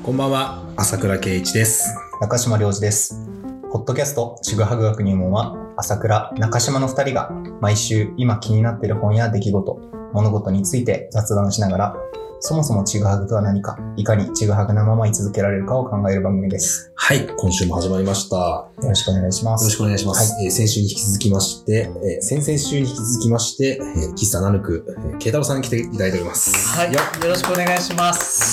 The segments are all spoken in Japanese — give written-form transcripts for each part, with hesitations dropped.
こんばんは、朝倉圭一です。 中島良二です。ポッドキャストちぐはぐ学入門は、朝倉、中島の2人が毎週今気になっている本や出来事、物事について雑談しながら、そもそもちぐはぐとは何か、いかにちぐはぐなまま居続けられるかを考える番組です。 はい、今週も始まりました。よろしくお願いします。 よろしくお願いします。はい、先週に引き続きまして、先々週に引き続きまして、喫茶ナヌク、慶太郎さんに来ていただいております。 はい、よろしくお願いします。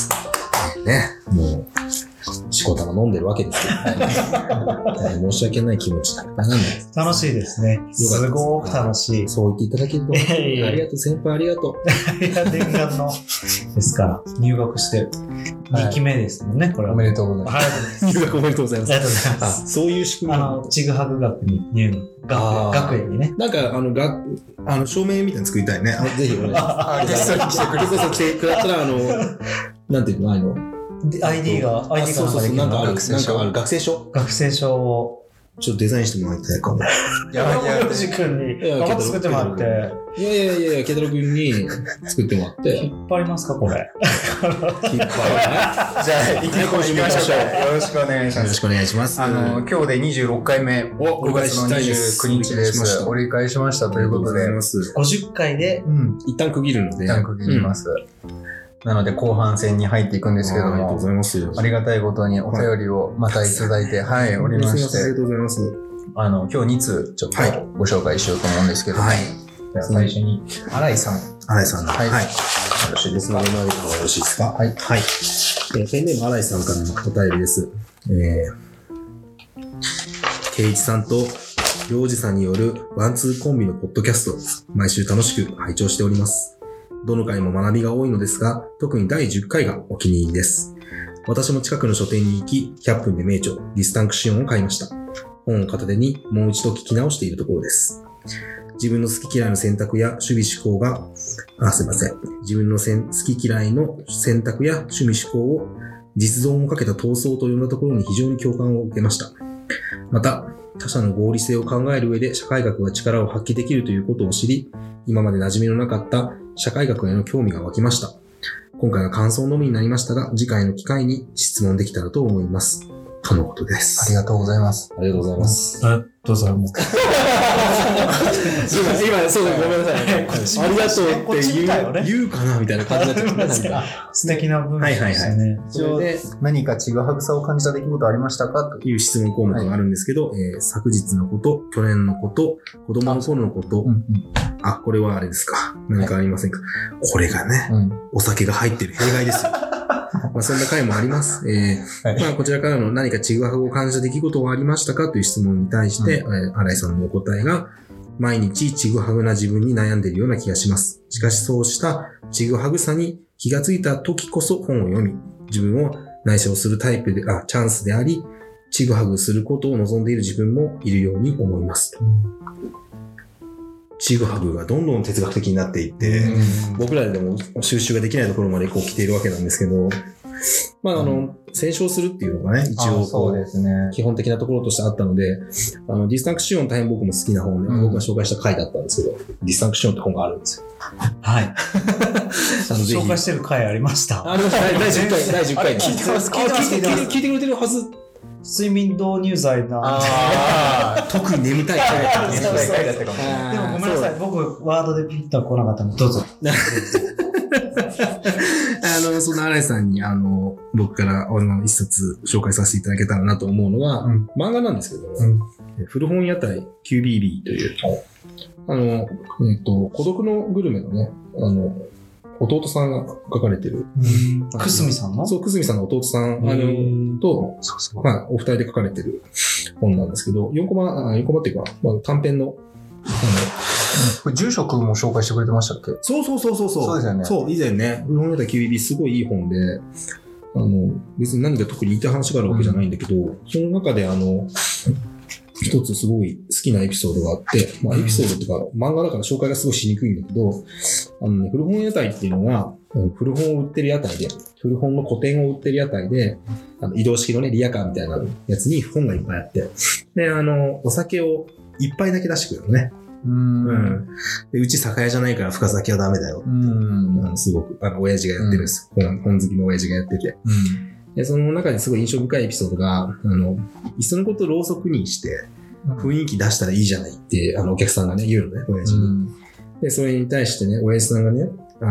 ね、もう、しこたま飲んでるわけですけど、申し訳ない気持ちだったなんです。 楽しいですね。すごく楽しい。 そう言っていただけると、ありがとう、先輩ありがとう。 いや、念願のですから、入学して2期目ですもんね、これは。 おめでとうございます。 入学おめでとうございます。 ありがとうございます。 そういう仕組み。 ちぐはぐ学に学園にね。 なんか、照明みたいに作りたいね。ぜひお願いします。ゲストに来てくれたら、なんていうの、 ID がそうそう、なんかある、学生証をちょっとデザインしてもらいたいかも。 洋二くんに頑張って作ってもらって。 いや、ケタロくんに作ってもらって。 引っ張りますか、これ。 引っ張らないじゃあ、いきなり行きましょう。よろしくお願いします。 よろしくお願いします。 今日で26回目、5月の29日です。折り返しましたということで。 50回で、 一旦区切るので。 一旦区切ります。なので後半戦に入っていくんですけども、 ありがとうございます。 ありがたいことにお便りをまたいただいて、はい、おりまして、 ありがとうございます。 今日2通ちょっとご紹介しようと思うんですけども、はい。じゃあ最初に、新井さん。 はい。よろしいですか？ よろしいですか？ はい。 ペンネーム新井さんからのお便りです。圭一さんと良二さんによるワンツーコンビのポッドキャスト、毎週楽しく拝聴しております。どの回も学びが多いのですが、特に第10回がお気に入りです。私も近くの書店に行き、100分で名著、ディスタンクシオンを買いました。本を片手にもう一度聞き直しているところです。自分の好き嫌いの選択や守備思考が、自分の好き嫌いの選択や趣味思考を実存をかけた闘争と呼んだところに非常に共感を受けました。また、他者の合理性を考える上で社会学が力を発揮できるということを知り、今まで馴染みのなかった社会学への興味が湧きました。今回は感想のみになりましたが、次回の機会に質問できたらと思います。とのことです。 ありがとうございます。 ありがとうございます。 どうぞ。 今、そうごめんなさい。ありがとうって言うかなみたいな感じになっちゃった。 素敵な文章ですね。 それで何かちぐはぐさを感じた出来事ありましたかという質問項目があるんですけど、昨日のこと、去年のこと、子供の頃のこと、これはあれですか。何かありませんか。これがね、お酒が入ってる弊害ですよ。そんな回もあります。こちらからの何かちぐはぐを感じた出来事はありましたかという質問に対して、新井さんのお答えが、毎日ちぐはぐな自分に悩んでいるような気がします。しかしそうしたちぐはぐさに気がついた時こそ本を読み、自分を内省するタイプで、チャンスであり、ちぐはぐすることを望んでいる自分もいるように思います。ちぐはぐがどんどん哲学的になっていって、僕らでも収集ができないところまで来ているわけなんですけど、戦勝するっていうのがね、一応そうですね、 基本的なところとしてあったので、ディスタンクシオン大変僕も好きな本で、僕が紹介した回だったんですけど、ディスタンクシオンって本があるんですよ。 はい。紹介してる回ありました。 ありました。第10回。 聞いてます。 聞いてくれてるはず。 睡眠導入剤なんで。特に眠たい回だったかもしれない。でもごめんなさい。僕、ワードでピッとは来なかったので、どうぞ。 その新井さんに、僕から一冊紹介させていただけたらなと思うのは、漫画なんですけど、古本屋台 QBB という、孤独のグルメのね、弟さんが書かれてる。 くすみさんの？ そう、くすみさんの弟さん、と、お二人で書かれてる本なんですけど、4コマっていうか、短編の、 これ住職も紹介してくれてましたっけ？ そう。 そうですよね。 そう、以前ね、古本屋台 QBB すごいいい本で、別に何か特に言いたい話があるわけじゃないんだけど、その中で一つすごい好きなエピソードがあって、エピソードとか漫画だから紹介がすごいしにくいんだけど、古本屋台っていうのが、古本を売ってる屋台で、古本の古典を売ってる屋台で、移動式のね、リヤカーみたいなやつに本がいっぱいあって、で、お酒を一杯だけ出してくれるのね。でうち酒屋じゃないから深酒はダメだよ。すごく、親父がやってるんです。本好きの親父がやってて。 でその中ですごい印象深いエピソードが、いっそのことろうそくにして雰囲気出したらいいじゃないって、お客さんがね、言うのね、親父に。で、それに対してね、親父さんがね、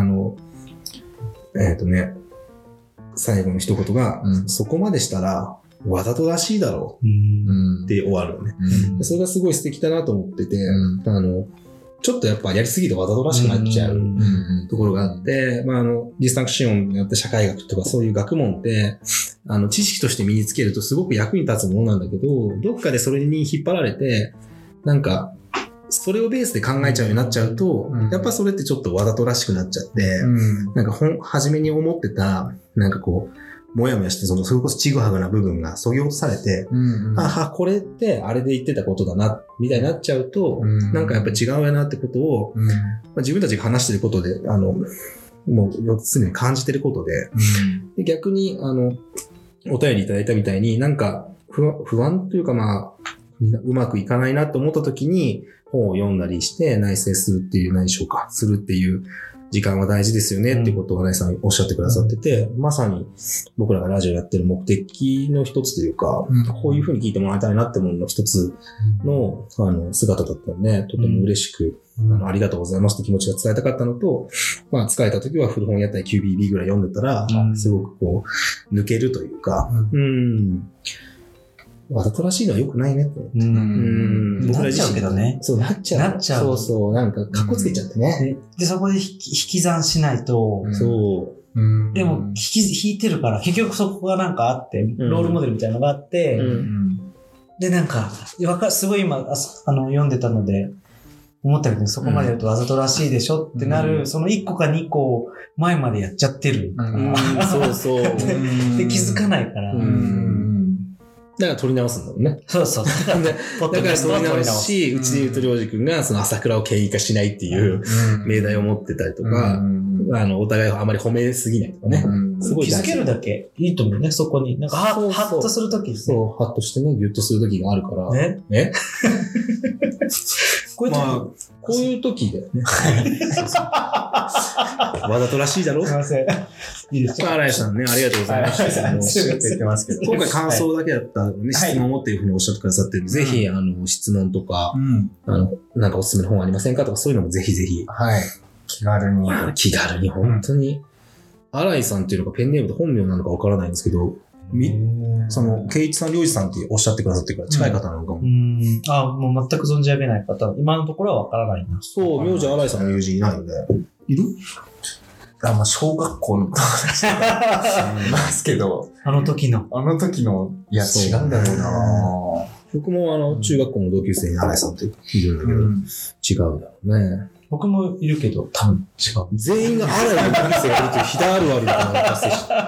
最後の一言が、そこまでしたら、わざとらしいだろうって終わるのね。それがすごい素敵だなと思ってて、ちょっとやっぱやりすぎてわざとらしくなっちゃうところがあって、ディスタンクシオンによって社会学とかそういう学問って、知識として身につけるとすごく役に立つものなんだけど、どっかでそれに引っ張られて、なんか、それをベースで考えちゃうようになっちゃうと、やっぱそれってちょっとわざとらしくなっちゃって、なんか初めに思ってた、なんかこう、もやもやして、それこそちぐはぐな部分が削ぎ落とされて、これってあれで言ってたことだな、みたいになっちゃうと、なんかやっぱ違うやなってことを、自分たちが話してることで、もう常に感じてることで、で逆に、お便りいただいたみたいになんか不安というかうまくいかないなと思った時に本を読んだりして内省するっていう、内省か、するっていう時間は大事ですよねっていうことを新井さんおっしゃってくださってて、まさに僕らがラジオやってる目的の一つというか、こういうふうに聞いてもらいたいなってものの一つの、姿だったので、とても嬉しく、ありがとうございますって気持ちが伝えたかったのと、疲れた時は古本屋台 QBB ぐらい読んでたら、すごくこう、抜けるというか、わざとらしいのは良くないねって思って。 僕ら自身なっちゃうけどね。 そう、なっちゃう。そう、なんか、かっこつけちゃってね。 で、そこで引き算しないと、 そう。 でも、引いてるから、結局そこがなんかあって、ロールモデルみたいなのがあって、で、なんか、すごい今、読んでたので、思ったけど、そこまでやるとわざとらしいでしょってなる、その1個か2個前までやっちゃってる。 そう。 で、気づかないから。 だから取り直すんだもんね。 そう。だから取り直し、うちで言うとりょうじくんがその朝倉を権威化しないっていう命題を持ってたりとか、お互いをあまり褒めすぎないとかね。 すごい気づけるだけいいと思うね、そこに。なんか、ハッとするとき。 そう、ハッとしてね、ギュッとするときがあるから。ねこういうときだよね。わざとらしいだろ？ すいません。いいですか？ 新井さんね、ありがとうございました。今回感想だけだったらね、質問を持っていうふうにおっしゃってくださってるんで、ぜひ、質問とか、なんかおすすめの本ありませんかとか、そういうのもぜひぜひ。 はい。気軽に、 本当に。新井さんっていうのがペンネームで本名なのかわからないんですけど、圭一さん、良二さんっておっしゃってくださってるから近い方なのかも。 もう全く存じ上げない方、今のところはわからないな。 そう、名字新井さんの友人いないよね。いる？ 小学校の友達いますけど。 あの時の、 いや、違うんだろうな。 僕も中学校の同級生に新井さんっているんだけど、違うだろうね。 僕もいるけど、多分違う。 全員が新井の同級生がいるというひだあるあるみたいなのが発生して。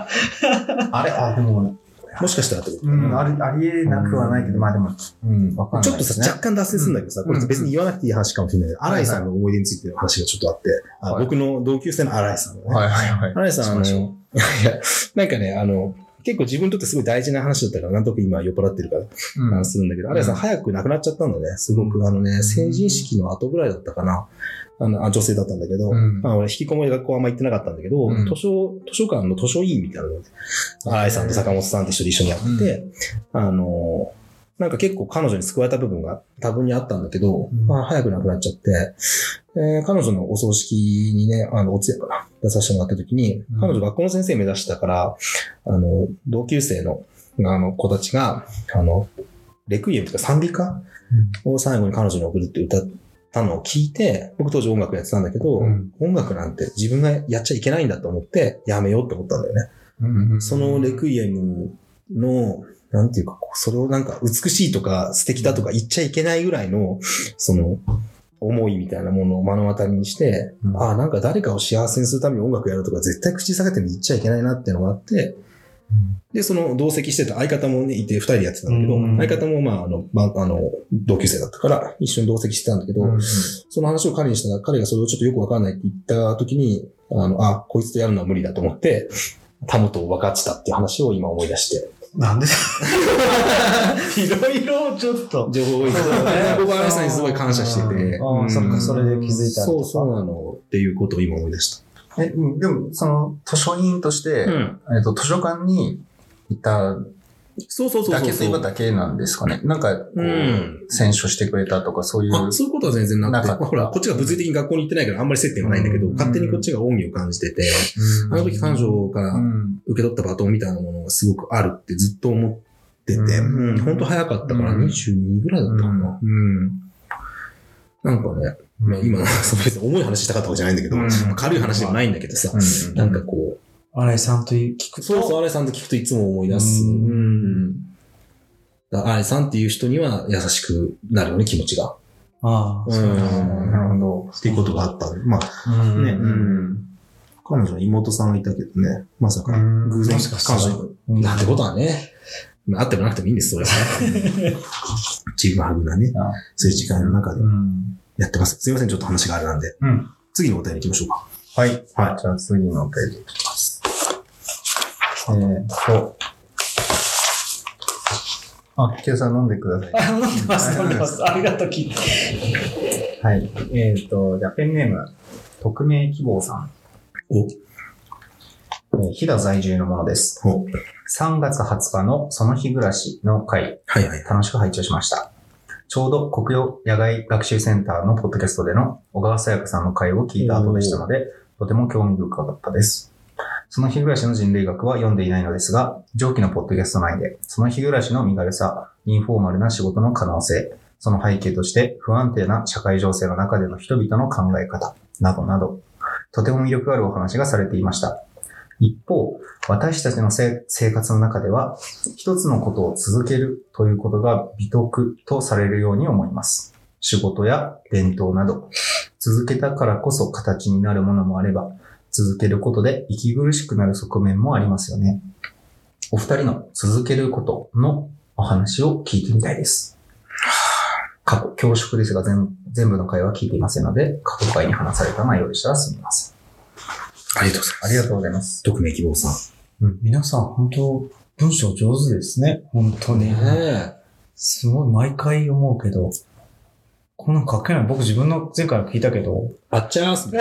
でも、 もしかしたらってことありえなくはないけど、でも、わかんない。 ちょっとさ、若干脱線するんだけどさ、これ別に言わなくていい話かもしれないけど、新井さんの思い出についての話がちょっとあって、僕の同級生の新井さんのね。新井さん、なんかね、結構自分にとってすごい大事な話だったから、なんとか今酔っ払ってるから、するんだけど、新井さん早く亡くなっちゃったんだね。すごく成人式の後ぐらいだったかな。女性だったんだけど、俺引きこもり学校あんま行ってなかったんだけど、図書館の図書委員みたいなので、新井さんと坂本さんって人で一緒にやって、なんか結構彼女に救われた部分が多分にあったんだけど、早く亡くなっちゃって、彼女のお葬式にね、お通夜から出させてもらった時に、彼女学校の先生目指してたから、同級生の子たちが、レクイエムとか賛美歌を最後に彼女に送るって歌ったのを聞いて、僕当時音楽やってたんだけど、音楽なんて自分がやっちゃいけないんだと思ってやめようって思ったんだよね。そのレクイエムの、なんていうか、それをなんか美しいとか素敵だとか言っちゃいけないぐらいの、その、思いみたいなものを目の当たりにして、なんか誰かを幸せにするために音楽やるとか絶対口下げて言っちゃいけないなっていうのがあって、で、その同席してた相方もね、いて二人でやってたんだけど、相方も同級生だったから一緒に同席してたんだけど、その話を彼にしたら、彼がそれをちょっとよくわかんないって言った時に、こいつとやるのは無理だと思って、タムと分かってたっていう話を今思い出して。 なんでいろいろちょっと。 情報をいただいて、僕は新井さんにすごい感謝してて。 そっか、それで気づいた。 そうなのっていうことを今思い出した。 でも、その、図書委員として、図書館にいたそうそうそうそう。 だけといえばだけなんですかね。なんか、こう、選書してくれたとかそういう。 そういうことは全然なくて、 ほら、こっちが物理的に学校に行ってないからあんまり接点はないんだけど、勝手にこっちが恩義を感じてて、あの時彼女から受け取ったバトンみたいなものがすごくあるってずっと思ってて、本当早かったから22ぐらいだったかな。なんかね、今、別に重い話したかったわけじゃないんだけど、軽い話でもないんだけどさ、なんかこう、 新井さんと聞くと。 そうそう、新井さんと聞くといつも思い出す。新井さんっていう人には優しくなるよね、気持ちが。 ああ、 なるほど。 っていうことがあった。まあ、ね、彼女は妹さんがいたけどね、まさか、偶然彼女なんてことはね、あってもなくてもいいんです、それは。チームハグなね、そういう時間の中でやってます。すいません、ちょっと話があれなんで。次のお便り行きましょうか。 はい。はい。じゃあ次のお便りいきます。ケイさん飲んでください。 飲んでます、飲んでます。ありがとう、聞いて。 はい。じゃあペンネーム、匿名希望さん。飛騨在住のものです。3月20日のその日暮らしの回、楽しく拝聴しました。ちょうど国用野外学習センターのポッドキャストでの小川さやかさんの回を聞いた後でしたので、とても興味深かったです。その日暮らしの人類学は読んでいないのですが、上記のポッドキャスト内で、その日暮らしの身軽さ、インフォーマルな仕事の可能性、その背景として不安定な社会情勢の中での人々の考え方、などなど、とても魅力あるお話がされていました。一方、私たちの生活の中では、一つのことを続けるということが美徳とされるように思います。仕事や伝統など、続けたからこそ形になるものもあれば、続けることで息苦しくなる側面もありますよね。お二人の続けることのお話を聞いてみたいです。恐縮ですが全部の回は聞いていませんので、過去回に話された内容でしたらすみません。 ありがとうございます。 ありがとうございます。 匿名希望さん。 皆さん本当文章上手ですね。本当に。すごい毎回思うけど、こんなん書けない。僕自分の前回聞いたけど。 あっちゃーす。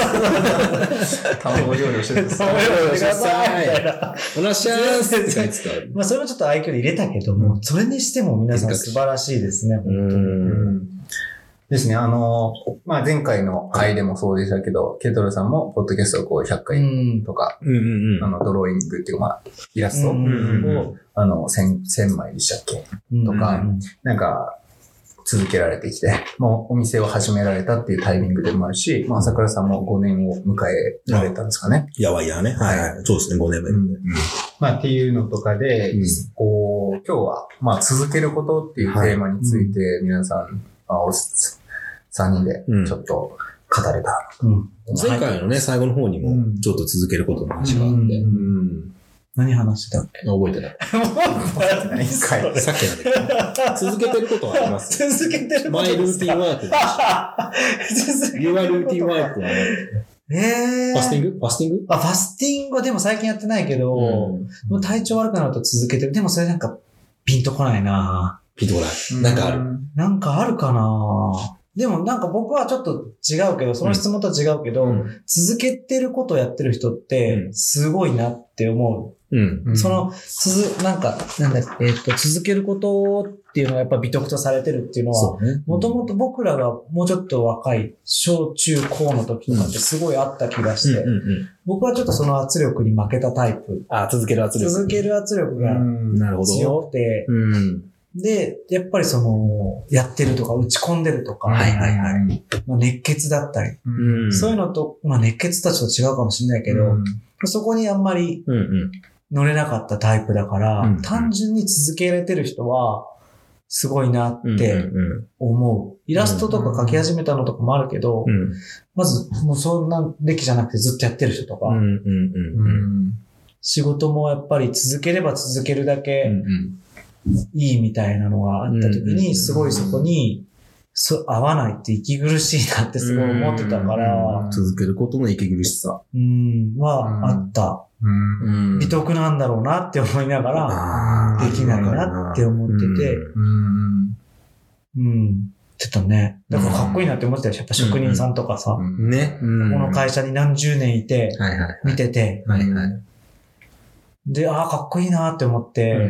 卵料理をしてください。 おなしゃーすって書いてた。 まあそれもちょっと愛嬌で入れたけども、それにしても皆さん素晴らしいですね。本当に。 ですね。まあ前回の回でもそうでしたけど、ケトルさんもポッドキャストをこう100回とか、ドローイングっていうか、まあイラストを、1000枚でしたっけとか、なんか、続けられてきて、もうお店を始められたっていうタイミングでもあるし、まあ、朝倉さんも5年を迎えられたんですかね。 やばいやね。はいはい。そうですね、5年目。 まあ、っていうのとかで、こう、今日は、まあ、続けることっていうテーマについて、皆さん、3人でちょっと語れた。 前回のね、最後の方にも、ちょっと続けることの話があって。 何話してたっけ？ 覚えてない。さっきなんだけど。続けてることはあります。 続けてることマイルーティンワーク。Your ルーティンワークはね。ファスティングファスティングはでも最近やってないけど、もう体調悪くなると続けてる。でもそれなんかピンとこないな。 ピンとこない。なんかある。 なんかあるかな。でもなんか僕はちょっと違うけど、その質問とは違うけど、続けてることをやってる人ってすごいなって思う。その、続けることっていうのがやっぱ美徳とされてるっていうのは、もともと僕らがもうちょっと若い小中高の時とかってすごいあった気がして、僕はちょっとその圧力に負けたタイプ。 続ける圧力。 続ける圧力が強くて、で、やっぱりその、やってるとか、打ち込んでるとか、熱血だったり、そういうのと、まあ熱血たちと違うかもしれないけど、そこにあんまり乗れなかったタイプだから、単純に続けられてる人は、すごいなって思う。イラストとか描き始めたのとかもあるけど、まず、もうそんな歴じゃなくてずっとやってる人とか、仕事もやっぱり続ければ続けるだけ、いいみたいなのがあった時に、すごいそこに、合わないって息苦しいなってすごい思ってたから、 続けることの息苦しさ。 はあった。美徳なんだろうなって思いながら、できないなって思ってて、ちょっとね、だからかっこいいなって思ってたよ。やっぱ職人さんとかさ、この会社に何十年いて、見てて、 で、かっこいいなって思って、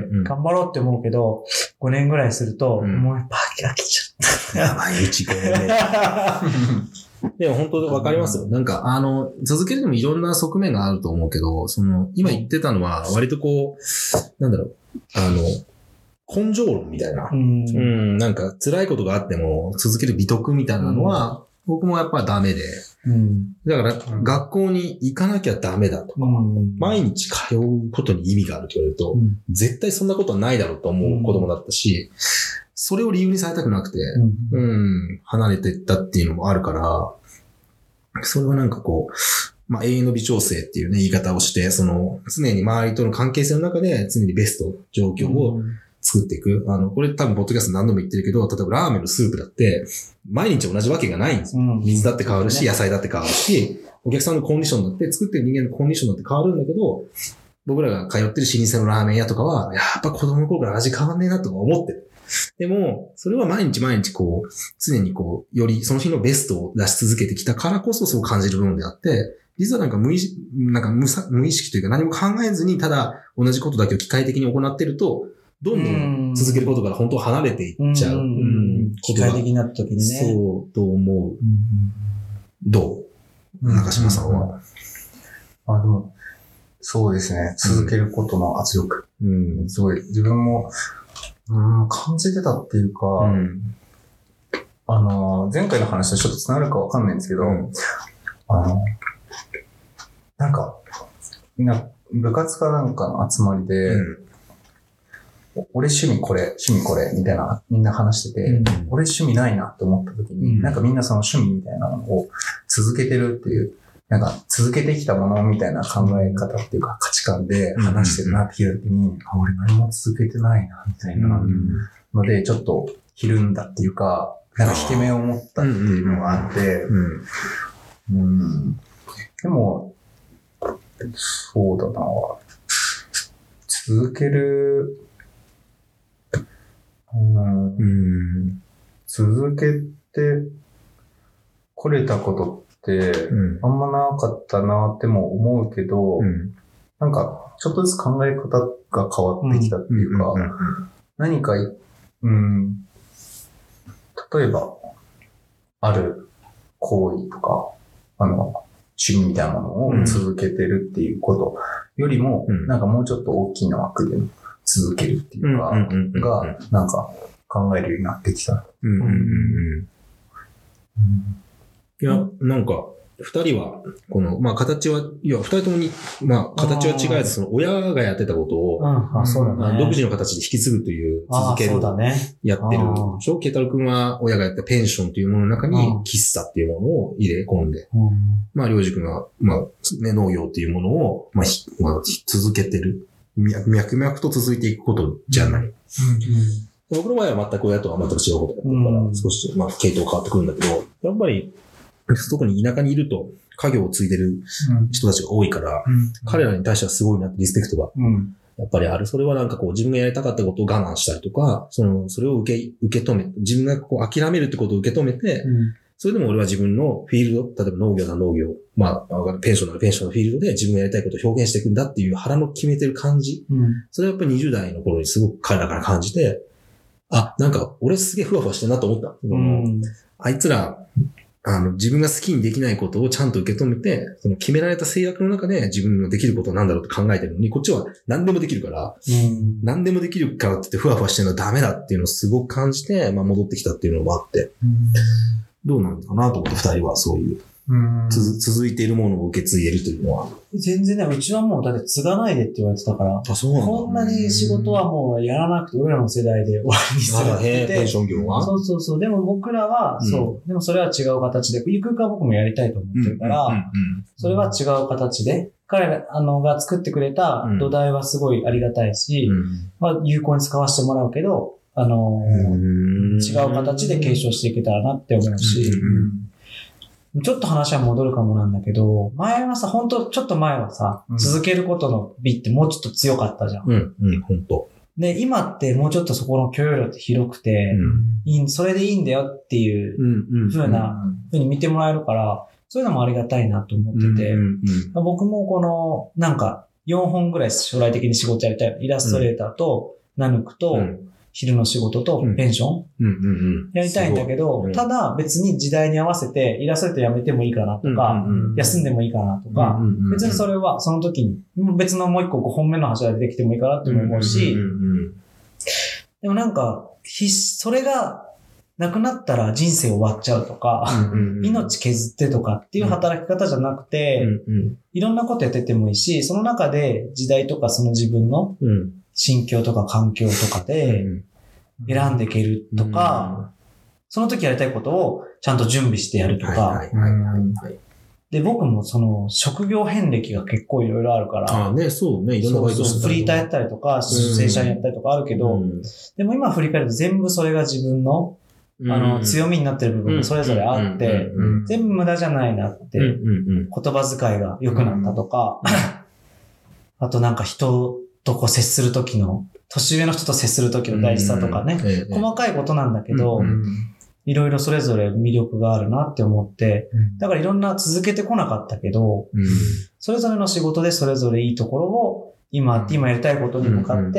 頑張ろうって思うけど、5年ぐらいすると、もうやっぱ飽きちゃった。 やばい、うち5年で。でも本当わかりますよ。なんか、続けるにもいろんな側面があると思うけど、今言ってたのは、割とこう、なんだろう、根性論みたいな。なんか辛いことがあっても続ける美徳みたいなのは、僕もやっぱダメで。だから、学校に行かなきゃダメだとか、毎日通うことに意味があると言われると、絶対そんなことはないだろうと思う子供だったし、それを理由にされたくなくて、離れていったっていうのもあるから、それはなんかこう、永遠の微調整っていうね、言い方をして、常に周りとの関係性の中で常にベスト状況を作っていく。これ多分ポッドキャスト何度も言ってるけど、例えばラーメンのスープだって、毎日同じわけがないんですよ。水だって変わるし、野菜だって変わるし、お客さんのコンディションだって、作ってる人間のコンディションだって変わるんだけど、僕らが通ってる老舗のラーメン屋とかは、やっぱ子供の頃から味変わんねえなとか思ってる。でも、それは毎日こう、常にこう、よりその日のベストを出し続けてきたからこそそう感じる部分であって、実はなんか無意識というか何も考えずに、ただ同じことだけを機械的に行ってると、どんどん続けることから本当は離れていっちゃう。 機械的になった時にね。 そうと思う。どう中島さんは。 でも、そうですね。続けることの圧力。すごい、自分も、感じてたっていうか、前回の話とちょっと繋がるかわかんないんですけど、なんか、みんな、部活かなんかの集まりで、俺趣味これ、みたいな、みんな話してて、俺趣味ないなって思った時に、なんかみんなその趣味みたいなのを続けてるっていう、なんか続けてきたものみたいな考え方っていうか価値観で話してるなって聞いた時に、俺何も続けてないな、みたいなので、ちょっとひるんだっていうか、なんか引け目を持ったっていうのがあって、でも、そうだな、続ける、続けてこれたことってあんまなかったなっても思うけど、なんかちょっとずつ考え方が変わってきたっていうか、何か、例えばある行為とか趣味みたいなものを続けてるっていうことよりも、なんかもうちょっと大きな枠で続けるっていうか、が、なんか考えるようになってきた。 いや、なんか、二人は、形は、二人ともに、形は違えず、親がやってたことを、独自の形で引き継ぐという、続ける、やってるでしょ。ケイタロウ君は親がやったペンションというものの中に、喫茶っていうものを入れ込んで、りょうじ君は、農業っていうものを、続けてる。脈々と続いていくことじゃない。僕の場合は全く親とは全く違うことだったから、少し、系統変わってくるんだけど、やっぱり、特に田舎にいると、家業を継いでる人たちが多いから、彼らに対してはすごいなってリスペクトが、やっぱりある。それはなんかこう、自分がやりたかったことを我慢したりとか、それを受け止め、自分がこう、諦めるってことを受け止めて、それでも俺は自分のフィールド、例えば農業な農業、ペンションならペンションのフィールドで自分がやりたいことを表現していくんだっていう腹の決めてる感じ。それはやっぱり20代の頃にすごく彼らから感じて、なんか俺すげえふわふわしてるなと思った。あいつら、自分が好きにできないことをちゃんと受け止めて、その決められた制約の中で自分のできることは何だろうと考えてるのに、こっちは何でもできるから、何でもできるからって言ってふわふわしてるのはダメだっていうのをすごく感じて、戻ってきたっていうのもあって、どうなんだかなと思って二人はそういう、続いているものを受け継いでるというのは。 全然ね、うちはもうだって継がないでって言われてたから、こんなに仕事はもうやらなくて、俺らの世代で終わりにするってペンション業はそう。でも僕らは、でもそれは違う形で、ゆくゆくは僕もやりたいと思ってるから、それは違う形で、彼らが作ってくれた土台はすごいありがたいし、有効に使わせてもらうけど、違う形で継承していけたらなって思うし、ちょっと話は戻るかもなんだけど、前はさ、ちょっと前はさ、続けることの美ってもうちょっと強かったじゃん。 本当。 で、今ってもうちょっとそこの許容量って広くて、それでいいんだよっていう風に見てもらえるから、そういうのもありがたいなと思ってて、僕もなんか、 4本ぐらい将来的に仕事やりたい。イラストレーターと、ナヌクと、昼の仕事とペンションやりたいんだけど、ただ別に時代に合わせてイラストレーターやめてもいいかなとか、休んでもいいかなとか、別にそれはその時に別のもう一個5本目の柱でできてもいいかなって思うし、でもなんか、それがなくなったら人生終わっちゃうとか、命削ってとかっていう働き方じゃなくて、いろんなことやっててもいいし、その中で時代とかその自分の心境とか環境とかで選んでいけるとか、その時やりたいことをちゃんと準備してやるとか。で、僕もその職業遍歴が結構いろいろあるから。 ね、そうね、いろんなバイトしてフリーターやったりとか、正社員やったりとかあるけど、でも今振り返ると全部それが自分の強みになってる部分がそれぞれあって、全部無駄じゃないなって、言葉遣いが良くなったとか、あとなんか人とこう接するときの、年上の人と接するときの大事さとかね、細かいことなんだけど、いろいろそれぞれ魅力があるなって思って、だからいろんな続けてこなかったけど、それぞれの仕事でそれぞれいいところを、今やりたいことに向かって、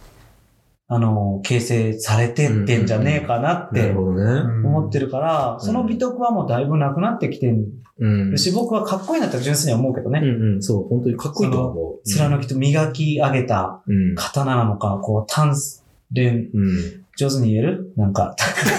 形成されてってんじゃねえかなって思ってるから、その美徳はもうだいぶなくなってきてるし、僕はかっこいいなって純粋には思うけどね。 そう、本当にかっこいいと思う。 貫きと磨き上げた刀なのか、こう、鍛錬、上手に言えるなんか。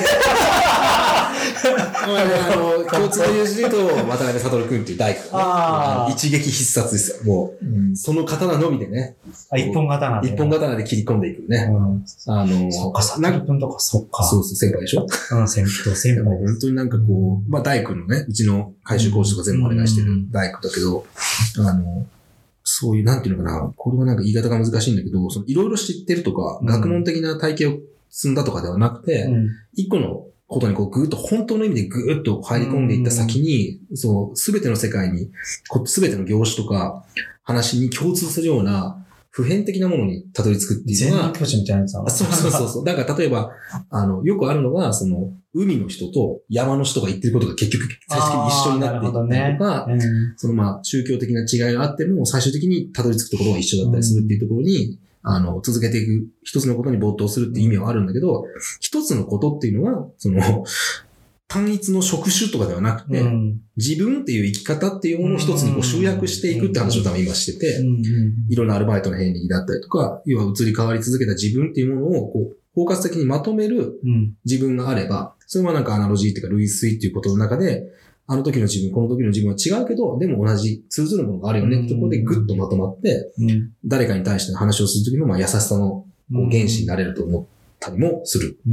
共通の友人と渡辺悟君っていう大工がね、一撃必殺ですよ。もう、その刀のみでね。 一本刀で。 一本刀で切り込んでいくね。 そっか、悟君とか、そっか。 そうそう、先輩でしょ先輩。 本当になんかこう、大工のね、うちの改修工事とか全部お願いしてる大工だけど、そういう、なんていうのかな、これはなんか言い方が難しいんだけど、いろいろ知ってるとか、学問的な体系を積んだとかではなくて、一個のことにこうぐーっと本当の意味でぐーっと入り込んでいった先に、すべての世界に、すべての業種とか話に共通するような普遍的なものにたどり着くっていうのは。 全教師みたいなやつそう。だから例えば、よくあるのが、海の人と山の人が言ってることが結局最終的に一緒になっていったりとか、宗教的な違いがあっても最終的にたどり着くところが一緒だったりするっていうところに、続けていく、一つのことに没頭するっていう意味はあるんだけど、一つのことっていうのは、単一の職種とかではなくて、自分っていう生き方っていうものを一つにこう集約していくって話を多分今してて、いろんなアルバイトの遍歴だったりとか、要は移り変わり続けた自分っていうものをこう包括的にまとめる自分があれば、それはなんかアナロジーっていうか類推っていうことの中で、あの時の自分、この時の自分は違うけど、でも同じ通ずるものがあるよねってところでぐっとまとまって、誰かに対しての話をするときの優しさの原子になれると思ったりもする。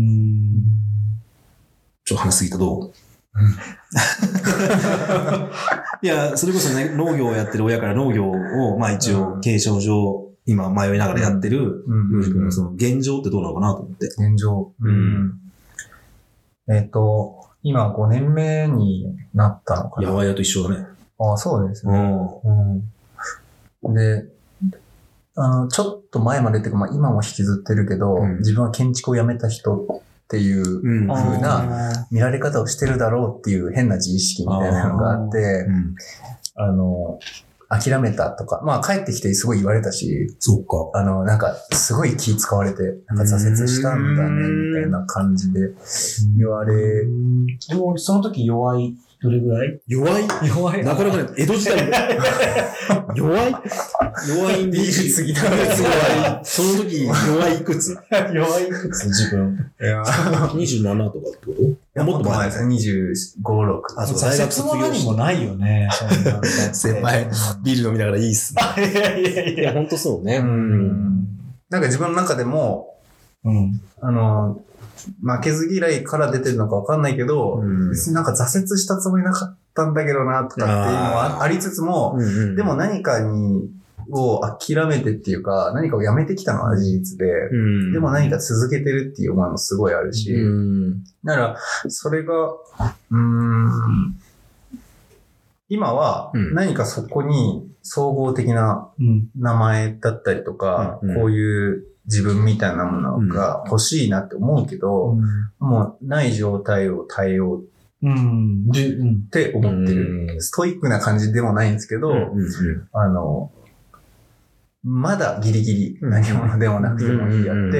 ちょっと話しすぎたどういや、それこそね、農業をやってる親から農業を、一応、継承上、今迷いながらやってる、洋二君のその現状ってどうなのかなと思って。 現状。今5年目になったのかな。 やわやと一緒だね。 ああ、そうですね。で、ちょっと前までっていうか、今も引きずってるけど、自分は建築を辞めた人っていう風な見られ方をしてるだろうっていう変な自意識みたいなのがあって、諦めたとか、帰ってきてすごい言われたし、 そうか。 なんかすごい気使われて、なんか挫折したんだね、みたいな感じで言われ。 でも、その時弱い、どれぐらい弱いなかなかね、江戸時代で。弱いんで言い過ぎだ。その時、弱いいくつ弱いいくつ自分。 いや、27とかってこといや、もっと前ですね。25、6。 あ、そう、大学卒業もないよね。 先輩、ビール飲みながらいいっすね。いや、ほんとそうね。 なんか自分の中でも、負けず嫌いから出てるのかわかんないけど、別になんか挫折したつもりなかったんだけどな、とかっていうのはありつつも、でも何かを諦めてっていうか、何かをやめてきたのは事実で、でも何か続けてるっていう思いもすごいあるし、だから、それが、今は何かそこに総合的な名前だったりとか、こういう自分みたいなものが欲しいなって思うけど、もうない状態を耐えようって思ってる。ストイックな感じでもないんですけど、 まだギリギリ何者でもなくてもいいやって、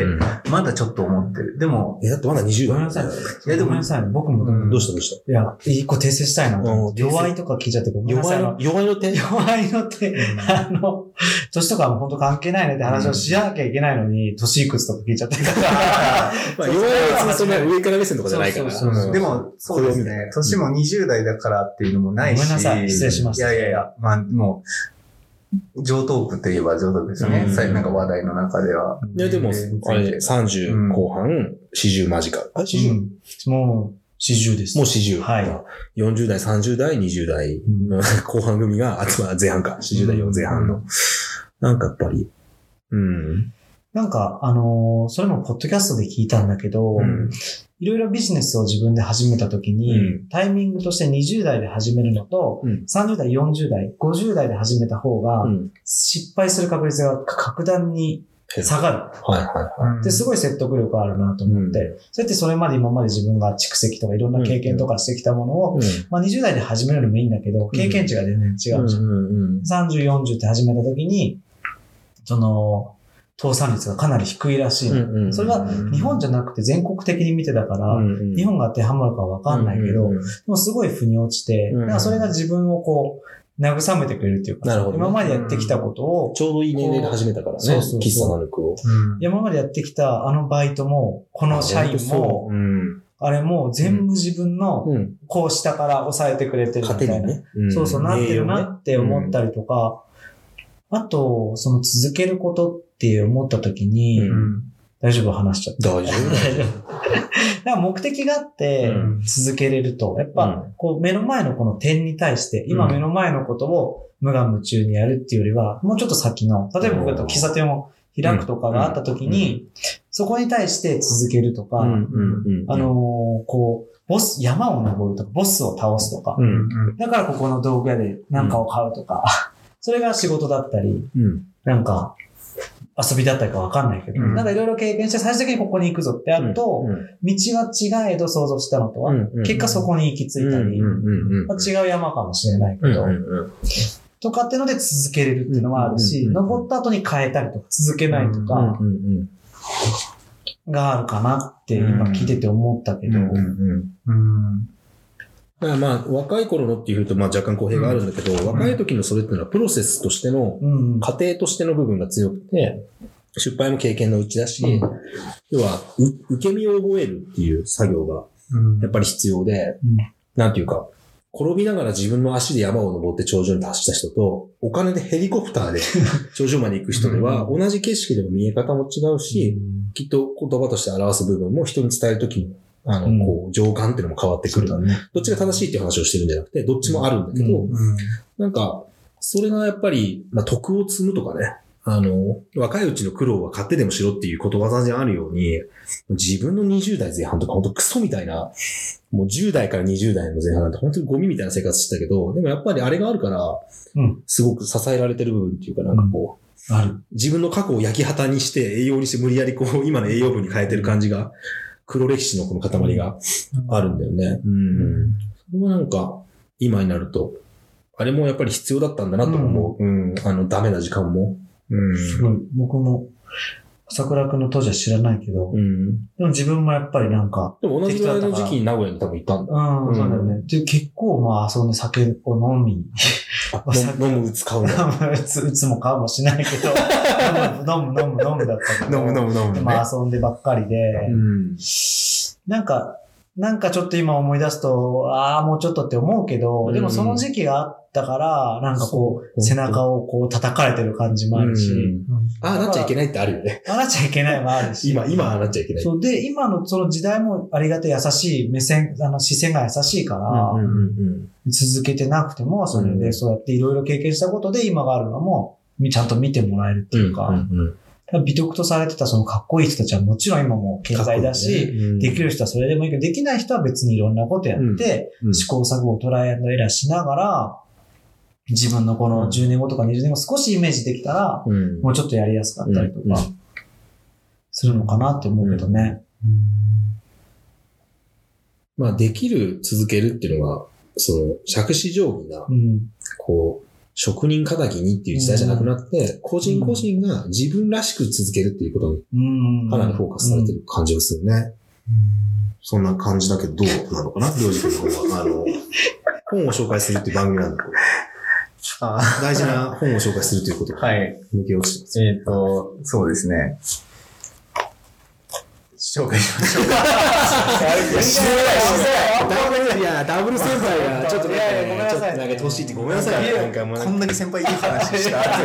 まだちょっと思ってる。でも、 だってまだ20代。 ごめんなさい。いや、でもごめんなさい。僕も、 どうしたいや、一個訂正したいなと思って。弱いとか聞いちゃってごめんなさい。 弱いの手弱いの手、年とかも本当関係ないねって話をしなきゃいけないのに、年いくつとか聞いちゃってたから。 まあ、弱いはそんな上から目線とかじゃないから。 でも、そうですね。年も20代だからっていうのもないし。 ごめんなさい。失礼しました。 いや、まあ、もう、上等句といえば上等句ですよね。なんか話題の中では。 いや、でも、あれ、30後半、40間近。あ、40? もう、40です。 もう40。 はい。 40代、30代、20代の後半組が、前半か。40代、前半の。なんかやっぱり、 なんか、それもポッドキャストで聞いたんだけど、いろいろビジネスを自分で始めたときに、タイミングとして20代で始めるのと、30代、40代、50代で始めた方が、失敗する確率が格段に下がる。で、すごい説得力あるなと思って、そうやってそれまで今まで自分が蓄積とかいろんな経験とかしてきたものを、まあ20代で始めるのもいいんだけど、経験値が全然違うじゃん。30、40って始めたときに、倒産率がかなり低いらしいの。それは日本じゃなくて全国的に見てたから、日本が当てはまるかわかんないけど、でもすごい腑に落ちて、だからそれが自分をこう、慰めてくれるっていうか、今までやってきたことを、 ちょうどいい年齢で始めたからね、喫茶ナルクを。 今までやってきたあのバイトも、この社員も、あれも全部自分の、こう下から抑えてくれてるみたいな。そう、なってるなって思ったりとか、あと、続けることって思った時に、大丈夫話しちゃった。 大丈夫。 だから目的があって続けれると、やっぱ、こう目の前のこの点に対して、今目の前のことを無我夢中にやるっていうよりは、もうちょっと先の、例えば僕だと喫茶店を開くとかがあった時に、そこに対して続けるとか、こう、山を登るとか、ボスを倒すとか、だからここの道具屋で何かを買うとか、それが仕事だったり、なんか遊びだったりかわかんないけど、なんかいろいろ経験して最終的にここに行くぞってあると、道は違えど想像したのとは、結果そこに行き着いたり、違う山かもしれないけど、とかっていうので続けれるっていうのもあるし、登った後に変えたりとか続けないとか、があるかなって今聞いてて思ったけど、 まあ、若い頃のっていうと、まあ若干公平があるんだけど、若い時のそれっていうのはプロセスとしての、過程としての部分が強くて、失敗も経験のうちだし、要は、受け身を覚えるっていう作業が、やっぱり必要で、なんていうか、転びながら自分の足で山を登って頂上に達した人と、お金でヘリコプターで頂上まで行く人では、同じ景色でも見え方も違うし、きっと言葉として表す部分も人に伝えるときに、こう、情感っていうのも変わってくる。どっちが正しいっていう話をしてるんじゃなくて、どっちもあるんだけど、なんか、それがやっぱり、まあ、徳を積むとかね、若いうちの苦労は買ってでもしろっていうことわざにあるように、自分の20代前半とか本当クソみたいな、もう10代から20代の前半なんて本当にゴミみたいな生活してたけど、でもやっぱりあれがあるから、すごく支えられてる部分っていうかなんかこう、自分の過去を焼き畑にして栄養にして無理やりこう、今の栄養分に変えてる感じが、黒歴史のこの塊があるんだよね。それはなんか、今になると、あれもやっぱり必要だったんだなと思う。ダメな時間も。 すごい。僕も、朝倉くんの当時は知らないけど、でも自分もやっぱりなんか、 でも同じぐらいの時期に名古屋に多分行ったんだ。 そうだよね。で、結構まあ、酒を飲み、 飲む、使うの。 うつも買うもしないけど、飲むだったけど。 飲む。 でまあ遊んでばっかりで、なんかちょっと今思い出すと、もうちょっとって思うけど、でもその時期があったから、なんかこう、背中をこう叩かれてる感じもあるし。 なっちゃいけないってあるよね。 なっちゃいけないもあるし。 今なっちゃいけない。 そうで、今のその時代もありがたい優しい目線、視線が優しいから、続けてなくても、それでそうやっていろいろ経験したことで今があるのも、ちゃんと見てもらえるっていうか、美徳とされてたそのかっこいい人たちはもちろん今も健在だし、できる人はそれでもいいけど、できない人は別にいろんなことやって、試行錯誤をトライアンドエラーしながら、自分のこの10年後とか20年後少しイメージできたら、もうちょっとやりやすかったりとか、するのかなって思うけどね。 まあ、続けるっていうのは、その、杓子定規な、こう、 職人仇にっていう時代じゃなくなって、個人個人が自分らしく続けるっていうことにかなりフォーカスされてる感じがするね。そんな感じだけど、どうなのかなりょうじくんの方は。本を紹介するっていう番組なんだけど。大事な本を紹介するということが抜け落ちてます。 そうですね。紹介しましょうか。 いや、ダブル先輩がちょっとね、 ごめんなさい。 投げてほしいってごめんなさい。 こんだけ先輩いい話した。 本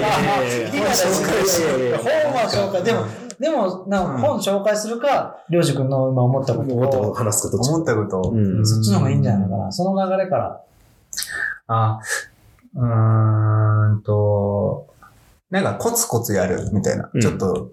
は紹介。でも、本紹介するか、りょうじくんの今思ったことを話すこと。 思ったことを。 そっちの方がいいんじゃないかな。その流れから。 なんかコツコツやるみたいな。ちょっと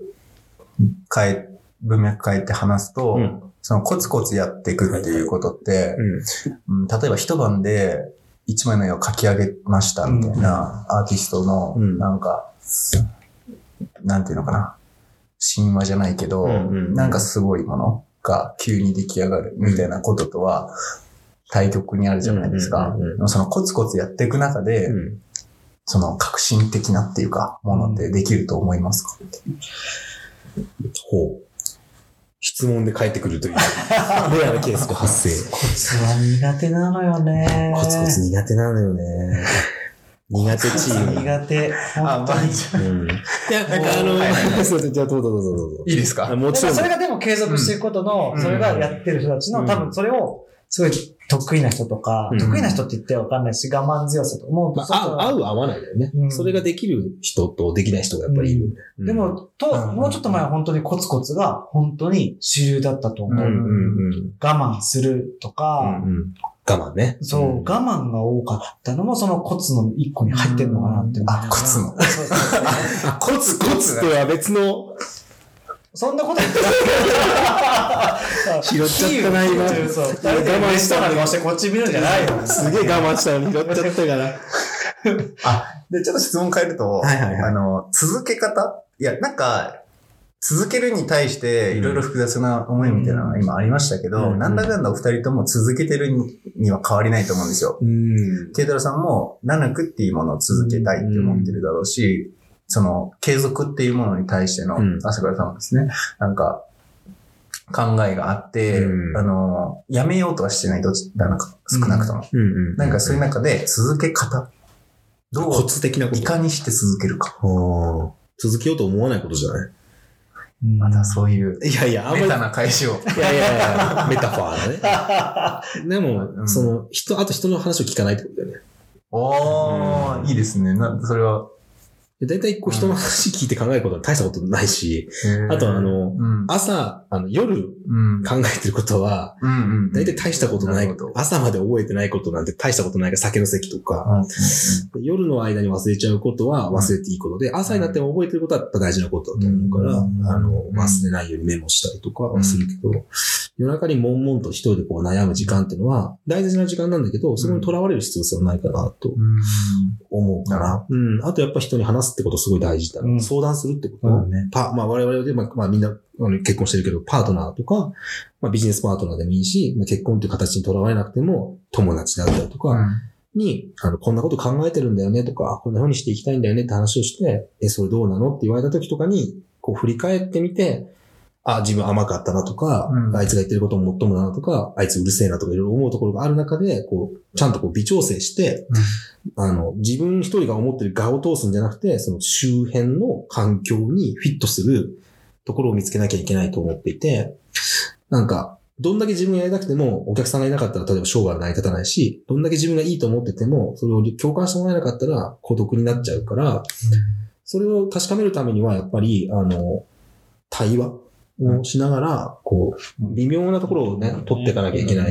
文脈変えて話すと、そのコツコツやっていくっていうことって、例えば一晩で一枚の絵を描き上げましたみたいなアーティストの、なんか、なんていうのかな。神話じゃないけど、なんかすごいものが急に出来上がるみたいなこととは対極にあるじゃないですか。そのコツコツやっていく中で、その革新的なっていうか、ものってできると思いますか？ ほう。質問で返ってくるという、レアなケースが発生。 コツは苦手なのよね。 コツコツ苦手なのよね。苦手チーム。 苦手。本当に。 いや、なんかじゃあどうぞ。 いいですか？ もちろん。それがでも継続していくことの、それがやってる人たちの、多分それを、すごい得意な人とか、得意な人って言ってわかんないし、我慢強さと思うと。 合う合わないだよね。それができる人とできない人がやっぱりいる。 でも、もうちょっと前は本当にコツコツが本当に主流だったと思う。我慢するとか、 我慢ね。 そう、我慢が多かったのもそのコツの一個に入ってるのかなって。 コツの。 コツとは別の、 そんなこと言ってない。 拾っちゃったな、今。 我慢したのにしてこっち見るんじゃないよ。 すげえ我慢したのに拾っちゃったから。 で、ちょっと質問変えると、続け方？いや、なんか、続けるに対していろいろ複雑な思いみたいなのが今ありましたけど、なんだかんだお二人とも続けてるには変わりないと思うんですよ。ケイタロさんもナヌクっていうものを続けたいって思ってるだろうし、その継続っていうものに対しての朝倉さんはですね、なんか考えがあって、やめようとはしてない、なんか少なくとも。なんかそういう中で続け方。 コツ的なこと。 いかにして続けるか。 続けようと思わないことじゃない？ またそういう。 いやいや、 メタな返しを。 いや、メタファーだね。でも、あと人の話を聞かないってことだよね。 いいですね。それは。 だいたい人の話聞いて考えることは大したことないし、あと朝、夜考えてることは、だいたい大したことないこと、朝まで覚えてないことなんて大したことないから酒の席とか、夜の間に忘れちゃうことは忘れていいことで、朝になっても覚えてることはやっぱ大事なことだと思うから、忘れないようにメモしたりとかはするけど、夜中に悶々と一人でこう悩む時間っていうのは大事な時間なんだけど、そこに囚われる必要性はないかなと思うから、あとやっぱ人に話すってことすごい大事だな。相談するってこと。我々で、みんな結婚してるけど、パートナーとか、ビジネスパートナーでもいいし、結婚という形にとらわれなくても、友達であったりとかに、こんなこと考えてるんだよねとか、こんな風にしていきたいんだよねって話をして、それどうなのって言われた時とかに、こう振り返ってみて、自分甘かったなとか、あいつが言ってることももっともだなとか、あいつうるせえなとかいろいろ思うところがある中で、ちゃんと微調整して、自分一人が思ってる我を通すんじゃなくて、その周辺の環境にフィットするところを見つけなきゃいけないと思っていて、なんか、どんだけ自分がやりたくても、お客さんがいなかったら、例えば商売が成り立たないし、どんだけ自分がいいと思ってても、それを共感してもらえなかったら孤独になっちゃうから、それを確かめるためには、やっぱり、対話をしながら、微妙なところをね、取っていかなきゃいけない。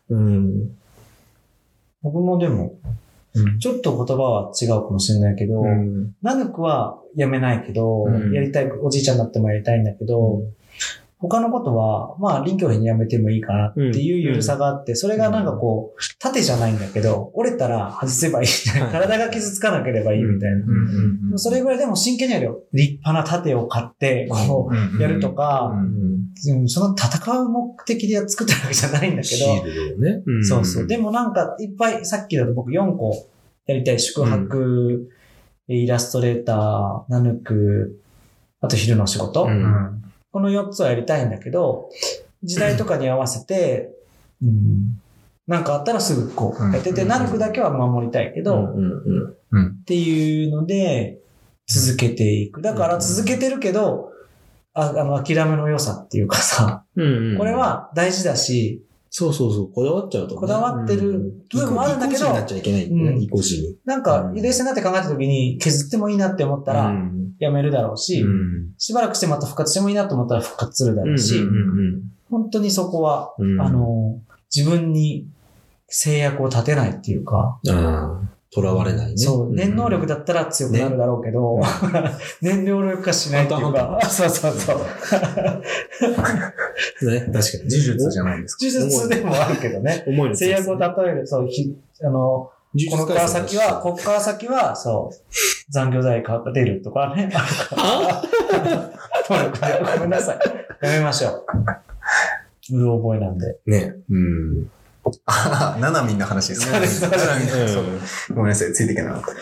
僕もでも、ちょっと言葉は違うかもしれないけど、ナヌクはやめないけど、やりたい、おじいちゃんになってもやりたいんだけど、他のことは、臨機応変にやめてもいいかなっていう緩さがあって、それがなんか盾じゃないんだけど、折れたら外せばいいみたいな、体が傷つかなければいいみたいな。それぐらいでも真剣にやるよ。立派な盾を買って、やるとか、その戦う目的で作ってるわけじゃないんだけど、そうそう。でもなんかいっぱい、さっきだと僕4個やりたい。宿泊、イラストレーター、ナヌク、あと昼の仕事。この4つをやりたいんだけど、時代とかに合わせて、なんかあったらすぐこうやってて、ナヌクだけは守りたいけど、っていうので、続けていく。だから続けてるけど、諦めの良さっていうかさ、これは大事だし、 そうそうそう、こだわっちゃうと、ね。 こだわってる部分もあるんだけど、 意固地になっちゃいけないんだね、意固地に。 なんか、冷静になって考えたときに削ってもいいなって思ったら、やめるだろうし、しばらくしてまた復活してもいいなと思ったら復活するだろうし、本当にそこは、自分に制約を立てないっていうか、 囚われないね。 そう、念能力だったら強くなるだろうけど、念能力化しないっていうか、そうそうそう。 ね、確かに。 呪術じゃないですか。 呪術でもあるけどね。制約を例える、そう、ここから先は、そう、残業代が出るとかね。ごめんなさい。やめましょう。うろ覚えなんで。 ね。 ナナミンの話ですか？そうです。ごめんなさい、ついていけなかった。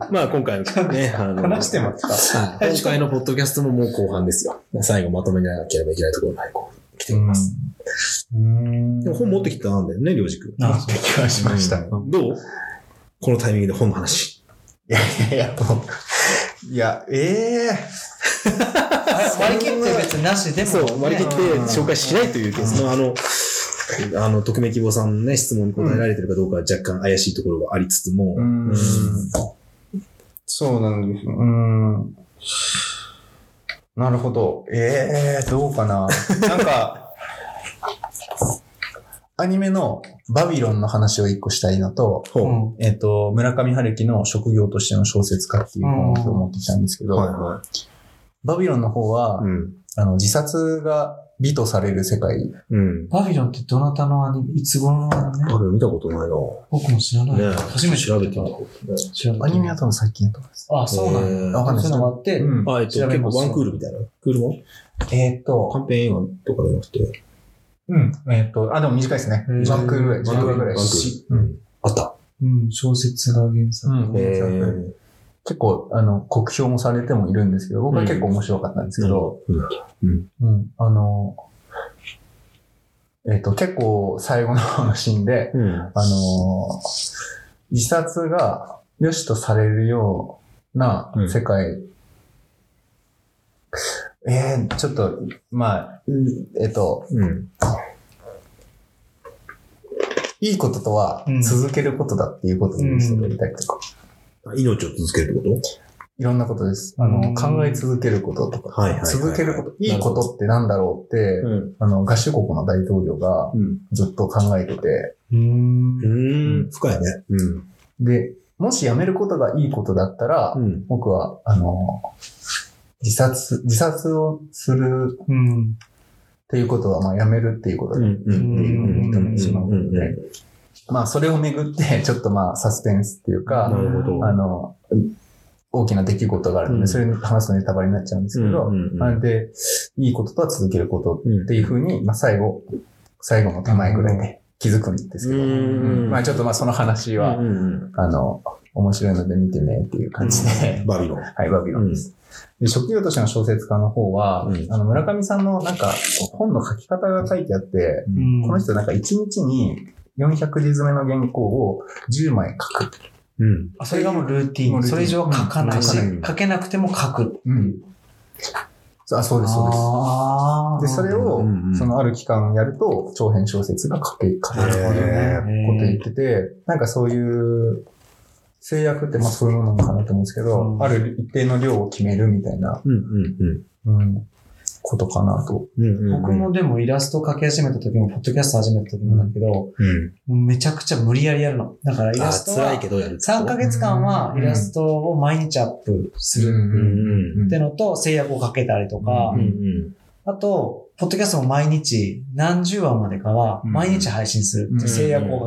まあ今回のね、 話してますか？ 今回のポッドキャストももう後半ですよ。最後まとめなければいけないところまで来ています。でも本持ってきたんだよね、りょうじくん。 持ってきはしました。 どう？このタイミングで本の話。 割り切って別になしでも。 そう、割り切って紹介しないというケースの、匿名希望さんのね、質問に答えられてるかどうかは若干怪しいところがありつつも。 そうなんです。なるほど。どうかな。なんか、アニメのバビロンの話を一個したいのと、村上春樹の職業としての小説家っていう本を持ってきたんですけど、バビロンの方は、自殺が美とされる世界。 バビロンってどなたのアニメ、いつ頃のアニメ？ 見たことないな。 僕も知らない。 初めて調べてた。 アニメは多分最近やったんです。 あ、そうなんだ。わかんない。そういうのがあって、 結構ワンクールみたいな。クールも短編映画とかじゃなくて。 でも短いですね。ワンクールぐらい。10話ぐらい。 あった。 小説が原作。 結構、酷評もされてもいるんですけど、僕は結構面白かったんですけど、結構最後の方のシーンで、自殺が良しとされるような世界、ちょっと、いいこととは続けることだっていうことにしてくれたりとか。 命を続けるってこと？ いろんなことです。考え続けることとか、続けること、いいことってなんだろうって、合衆国の大統領がずっと考えてて。 深いね。 で、もしやめることがいいことだったら、僕は、自殺をするっていうことは、まあ、やめるっていうことだっていうふうに認めてしまうので、まあ、それをめぐって、ちょっとまあ、サスペンスっていうか、大きな出来事があるので、それに話すとネタバレになっちゃうんですけど、なんで、いいこととは続けることっていうふうに、まあ、最後の手前ぐらいで気づくんですけど、まあ、ちょっとまあ、その話は、面白いので見てねっていう感じで。 バビロン。 はい、バビロンです。で、職業としての小説家の方は、村上さんのなんか、本の書き方が書いてあって、この人なんか1日に400字詰めの原稿を10枚書く。 それがもうルーティン。それ以上は書かないし、書けなくても書く。 そうです、そうです。で、それを、そのある期間やると、長編小説が書けること言ってて、なんかそういう制約ってまあそういうものかなと思うんですけど、ある一定の量を決めるみたいな、ことかなと。 僕もでもイラスト描き始めた時も、ポッドキャスト始めた時もだけど、めちゃくちゃ無理やりやるの。だからイラストは、3ヶ月間はイラストを毎日アップするってのと制約をかけたりとか、あと、ポッドキャストも毎日何十話までかは毎日配信するって制約をかける。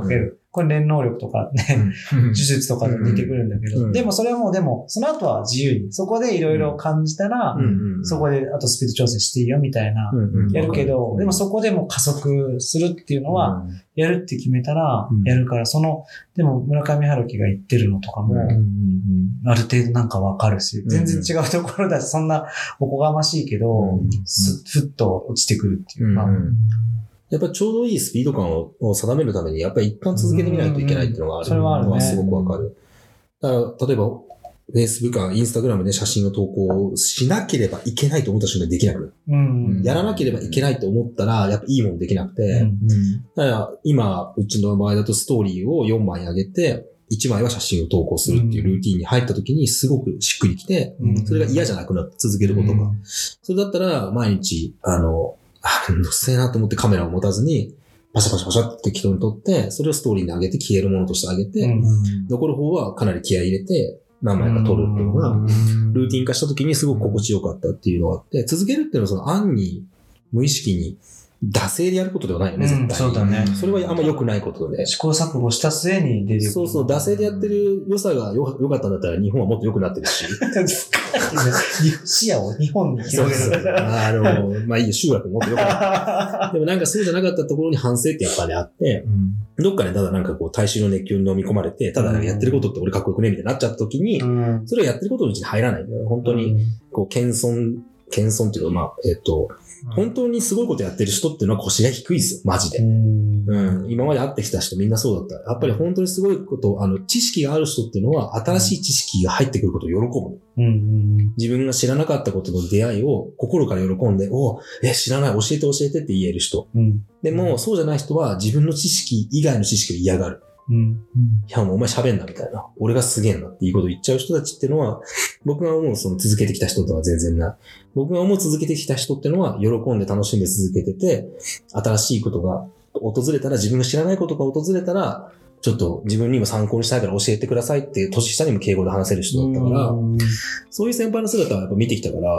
これ念能力とかね、呪術とかで似てくるんだけど、でもそれはもうその後は自由に、そこでいろいろ感じたら、そこであとスピード調整していいよみたいな、やるけど、でもそこでも加速するっていうのは、やるって決めたら、やるから、でも村上春樹が言ってるのとかも、ある程度なんかわかるし、全然違うところだし、そんなおこがましいけど、ふっと落ちてくるっていうか、 やっぱちょうどいいスピード感を定めるために、やっぱり一旦続けてみないといけないっていうのがあるのはすごくわかる。だから、例えば、Facebook か Instagram で写真の投稿しなければいけないと思った瞬間にできなくなる。やらなければいけないと思ったら、やっぱいいものできなくて、だから今、うちの場合だとストーリーを4枚上げて、1枚は写真を投稿するっていうルーティンに入った時にすごくしっくりきて、それが嫌じゃなくなって続けることが。それだったら、毎日、めんどくせえなと思ってカメラを持たずに、パシャパシャパシャって適当に撮って、それをストーリーに上げて消えるものとして上げて、残る方はかなり気合い入れて、何枚か撮るっていうのが、ルーティン化した時にすごく心地よかったっていうのがあって、続けるっていうのはその案に、無意識に、惰性でやることではないよね、絶対に。 そうだね。 それはあんま良くないことで。 試行錯誤した末に出てくる。 そうそう、惰性でやってる良さが良かったんだったら日本はもっと良くなってるし。 視野を日本に広げる。 まあいいよ、集落もっと良くなって。でもなんかそうじゃなかったところに反省ってやっぱりあって、どっかでただなんかこう大衆の熱狂に飲み込まれて、ただやってることって俺かっこよくねみたいになっちゃった時に、それをやってることのうちに入らないんだよ。本当に、こう、謙遜っていうか、まあ、本当にすごいことやってる人っていうのは腰が低いですよ、マジで。今まで会ってきた人みんなそうだった。やっぱり本当にすごいこと、知識がある人っていうのは新しい知識が入ってくることを喜ぶ。自分が知らなかったことの出会いを心から喜んで、知らない、教えてって言える人。でも、そうじゃない人は自分の知識以外の知識を嫌がる。いや、もうお前喋んなみたいな。俺がすげえなっていうことを言っちゃう人たちっていうのは、僕が思うその続けてきた人とは全然ない。僕が思う続けてきた人っていうのは、喜んで楽しんで続けてて、新しいことが訪れたら、自分が知らないことが訪れたら、ちょっと自分にも参考にしたいから教えてくださいって、年下にも敬語で話せる人だったから、そういう先輩の姿はやっぱ見てきたから、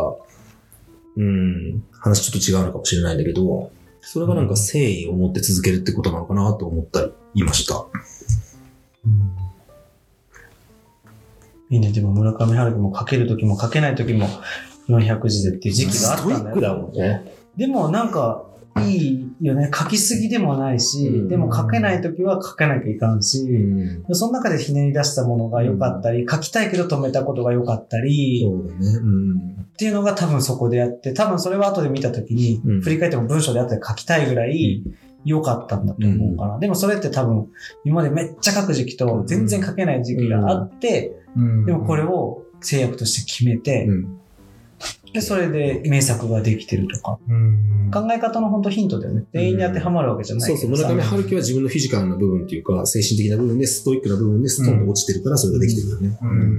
話ちょっと違うのかもしれないんだけど、それがなんか誠意を持って続けるってことなのかなと思ったり言いました。 いいね。でも村上春樹も書けるときも書けないときも400字でっていう時期があったんだよ。 ストイックだもんね。 でもなんかいいよね。書きすぎでもないし、でも書けないときは書かなきゃいかんし、その中でひねり出したものが良かったり、書きたいけど止めたことが良かったり、 そうだね。 っていうのが多分そこでやって、多分それは後で見たときに、振り返っても文章であったり書きたいぐらい良かったんだと思うから。でもそれって多分今までめっちゃ書く時期と全然書けない時期があって、でもこれを制約として決めて、でそれで名作ができてるとか、考え方の本当ヒントだよね。全員に当てはまるわけじゃないけど、 そうそう、村上春樹は自分のフィジカルな部分っていうか、精神的な部分でストイックな部分でストンと落ちてるからそれができてるよね。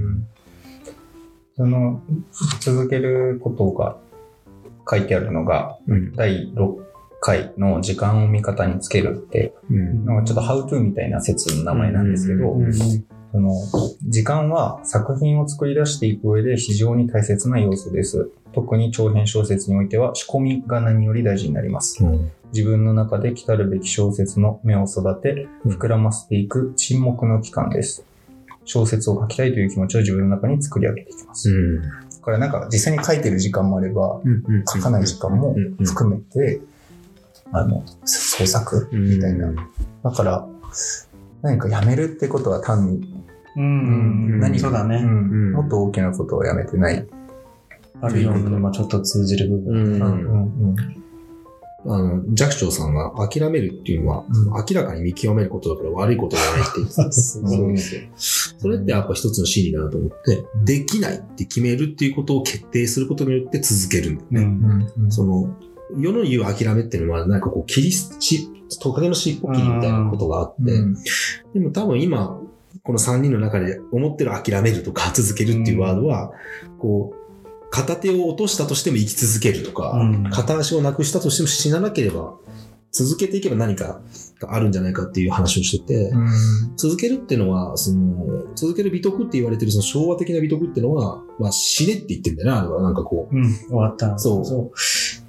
続けることが書いてあるのが、第6回の時間を味方につけるって、なんかちょっとハウトゥーみたいな説の名前なんですけど、その時間は作品を作り出していく上で非常に大切な要素です。特に長編小説においては仕込みが何より大事になります。自分の中で来たるべき小説の芽を育て、膨らませていく沈黙の期間です。小説を書きたいという気持ちを自分の中に作り上げていきます。だからなんか実際に書いてる時間もあれば、書かない時間も含めて、創作みたいな。だから、何かやめるってことは単に、 そうだね。 もっと大きなことをやめてない。 バビロンにもちょっと通じる部分。 寂聴さんが諦めるっていうのは、明らかに見極めることだから悪いことじゃないって言ってたんですよ。それってやっぱ一つの真理だなと思って、できないって決めるっていうことを決定することによって続けるんだよね。その、世の言う諦めっていうのは、なんかこう、トカゲの尻尾切りみたいなことがあって、でも多分今、この3人の中で思ってる諦めるとか続けるっていうワードは、こう、片手を落としたとしても生き続けるとか、片足をなくしたとしても死ななければ、続けていけば何かがあるんじゃないかっていう話をしてて、続けるっていうのは、続ける美徳って言われてるその昭和的な美徳っていうのは、まあ死ねって言ってんだよね、あれは。なんかこう。 終わった。 そう。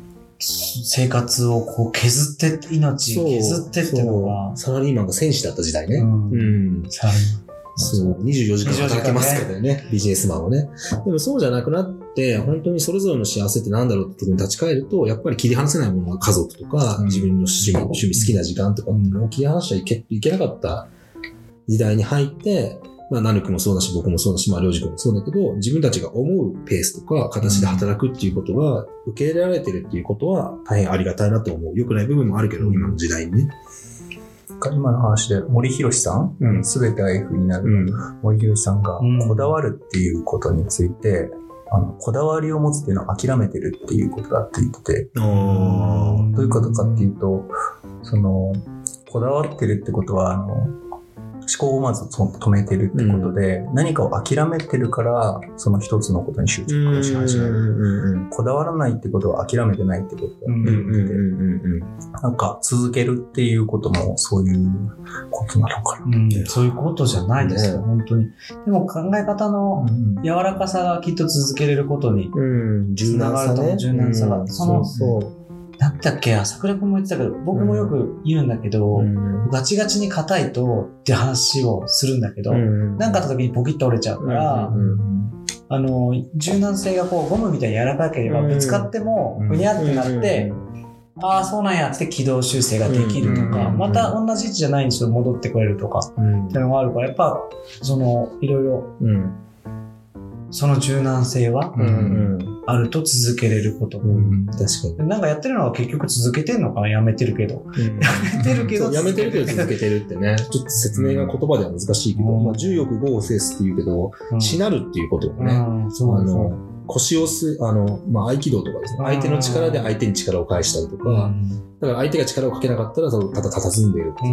生活をこう削って、命削ってっていうのが。 サラリーマンが戦士だった時代ね。 サラリーマン。 そう、24時間働けますけどね、ビジネスマンはね。でもそうじゃなくなって、本当にそれぞれの幸せって何だろうってところに立ち返ると、やっぱり切り離せないものが家族とか、自分の趣味好きな時間とかっていうのを切り離しちゃいけなかった時代に入って、まあ、ナヌクもそうだし、僕もそうだし、まあ、りょうじくんもそうだけど、自分たちが思うペースとか、形で働くっていうことが、受け入れられてるっていうことは、大変ありがたいなと思う。良くない部分もあるけど、今の時代にね。 今の話で森博さん、すべては F になる、森博さんがこだわるっていうことについて、こだわりを持つっていうのは諦めてるっていうことだって言ってて、どういうことかっていうと、こだわってるってことは、思考をまず止めてるってことで、何かを諦めてるから、その一つのことに集中し始める。こだわらないってことは諦めてないってことだって言ってて、なんか続けるっていうこともそういうことなのかな。 そういうことじゃないですよ、本当に。でも考え方の柔らかさがきっと続けれることにつながると思う。柔軟さが。なんだっけ、朝倉君も言ってたけど、僕もよく言うんだけど、ガチガチに硬いとって話をするんだけど、なんかあった時にポキッと折れちゃうから、柔軟性がこうゴムみたいに柔らかければぶつかってもふにゃってなって、ああ、そうなんやって軌道修正ができるとか、また同じ位置じゃないにしても戻ってくれるとか、っていうのがあるから、やっぱ、いろいろ、その柔軟性は、あると続けれること。 確かに。 なんかやってるのは結局続けてんのかな、やめてるけど。やめてるけど続けてるってね。ちょっと説明が言葉では難しいけど、重欲合を制すって言うけど、しなるっていうことがね。腰を合気道とかですね。相手の力で相手に力を返したりとか、だから相手が力をかけなかったら、ただ佇んでいるっていう、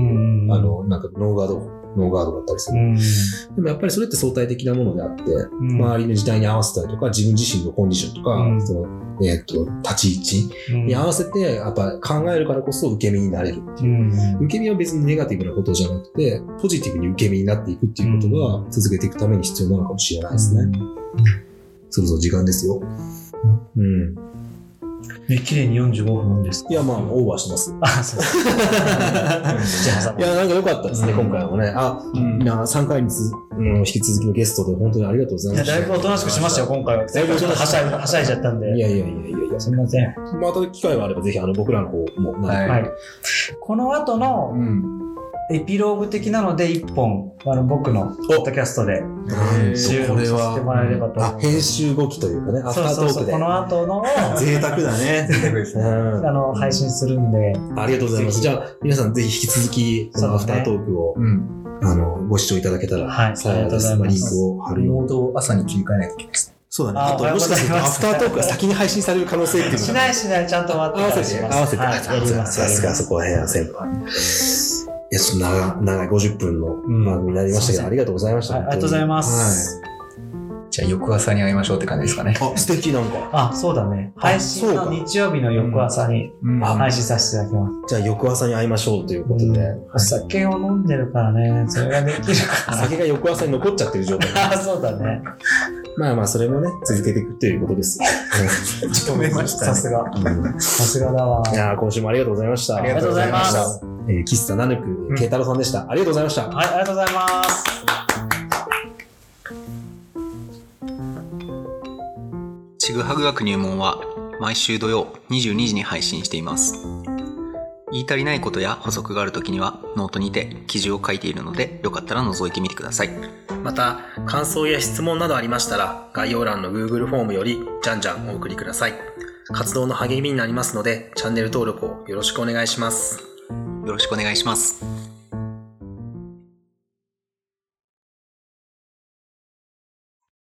なんかノーガードだったりする。でもやっぱりそれって相対的なものであって、周りの時代に合わせたりとか、自分自身のコンディションとか、立ち位置に合わせて、やっぱ考えるからこそ受け身になれるっていう。受け身は別にネガティブなことじゃなくて、ポジティブに受け身になっていくっていうことが続けていくために必要なのかもしれないですね。そろそろ時間ですよ。 綺麗に45分ですか？ いや、まあ、オーバーしてます。 そうです。 いや、なんか良かったですね、今回もね。3回に引き続きのゲストで本当にありがとうございました。 だいぶおとなしくしましたよ、今回は。だいぶはしゃいじゃったんで。 いや。 すみません。 また機会があれば、ぜひ僕らの方も。 この後の、エピローグ的なので一本、僕のポッドキャストで収録させてもらえればと。 編集後期というかね、アフタートークで。 この後の贅沢だね。 贅沢ですね。 配信するんで。 ありがとうございます。じゃあ、皆さんぜひ引き続き、このアフタートークを、ご視聴いただけたら、幸いです。リンクを貼るように。 モードを朝に切り替えないといけないです。 そうだね。あと、もしかするとアフタートークが先に配信される可能性っていうのが。しない、ちゃんと待って。 合わせて。やります。さすが、そこは部屋全部。いや、ちょっと長い50分の番組になりましたけど、ありがとうございました。 ありがとうございます。 じゃあ、翌朝に会いましょうって感じですかね。 素敵なんか。 そうだね。配信の日曜日の翌朝に配信させていただきます。 じゃあ、翌朝に会いましょうということで。 お酒を飲んでるからね、それができるから。 酒が翌朝に残っちゃってる状態。 そうだね。 まあ、それもね、続けていくということです。 止めました。 さすが。さすがだわ。 いや、今週もありがとうございました。 ありがとうございます。 喫茶ナヌク、慶太郎さんでした。ありがとうございました。 はい、ありがとうございます。 ちぐはぐ学入門は毎週土曜22時に配信しています。言い足りないことや補足があるときにはノートにて記事を書いているので、よかったら覗いてみてください。 また、感想や質問などありましたら、概要欄の Google フォームよりじゃんじゃんお送りください。活動の励みになりますので、チャンネル登録をよろしくお願いします。 よろしくお願いします。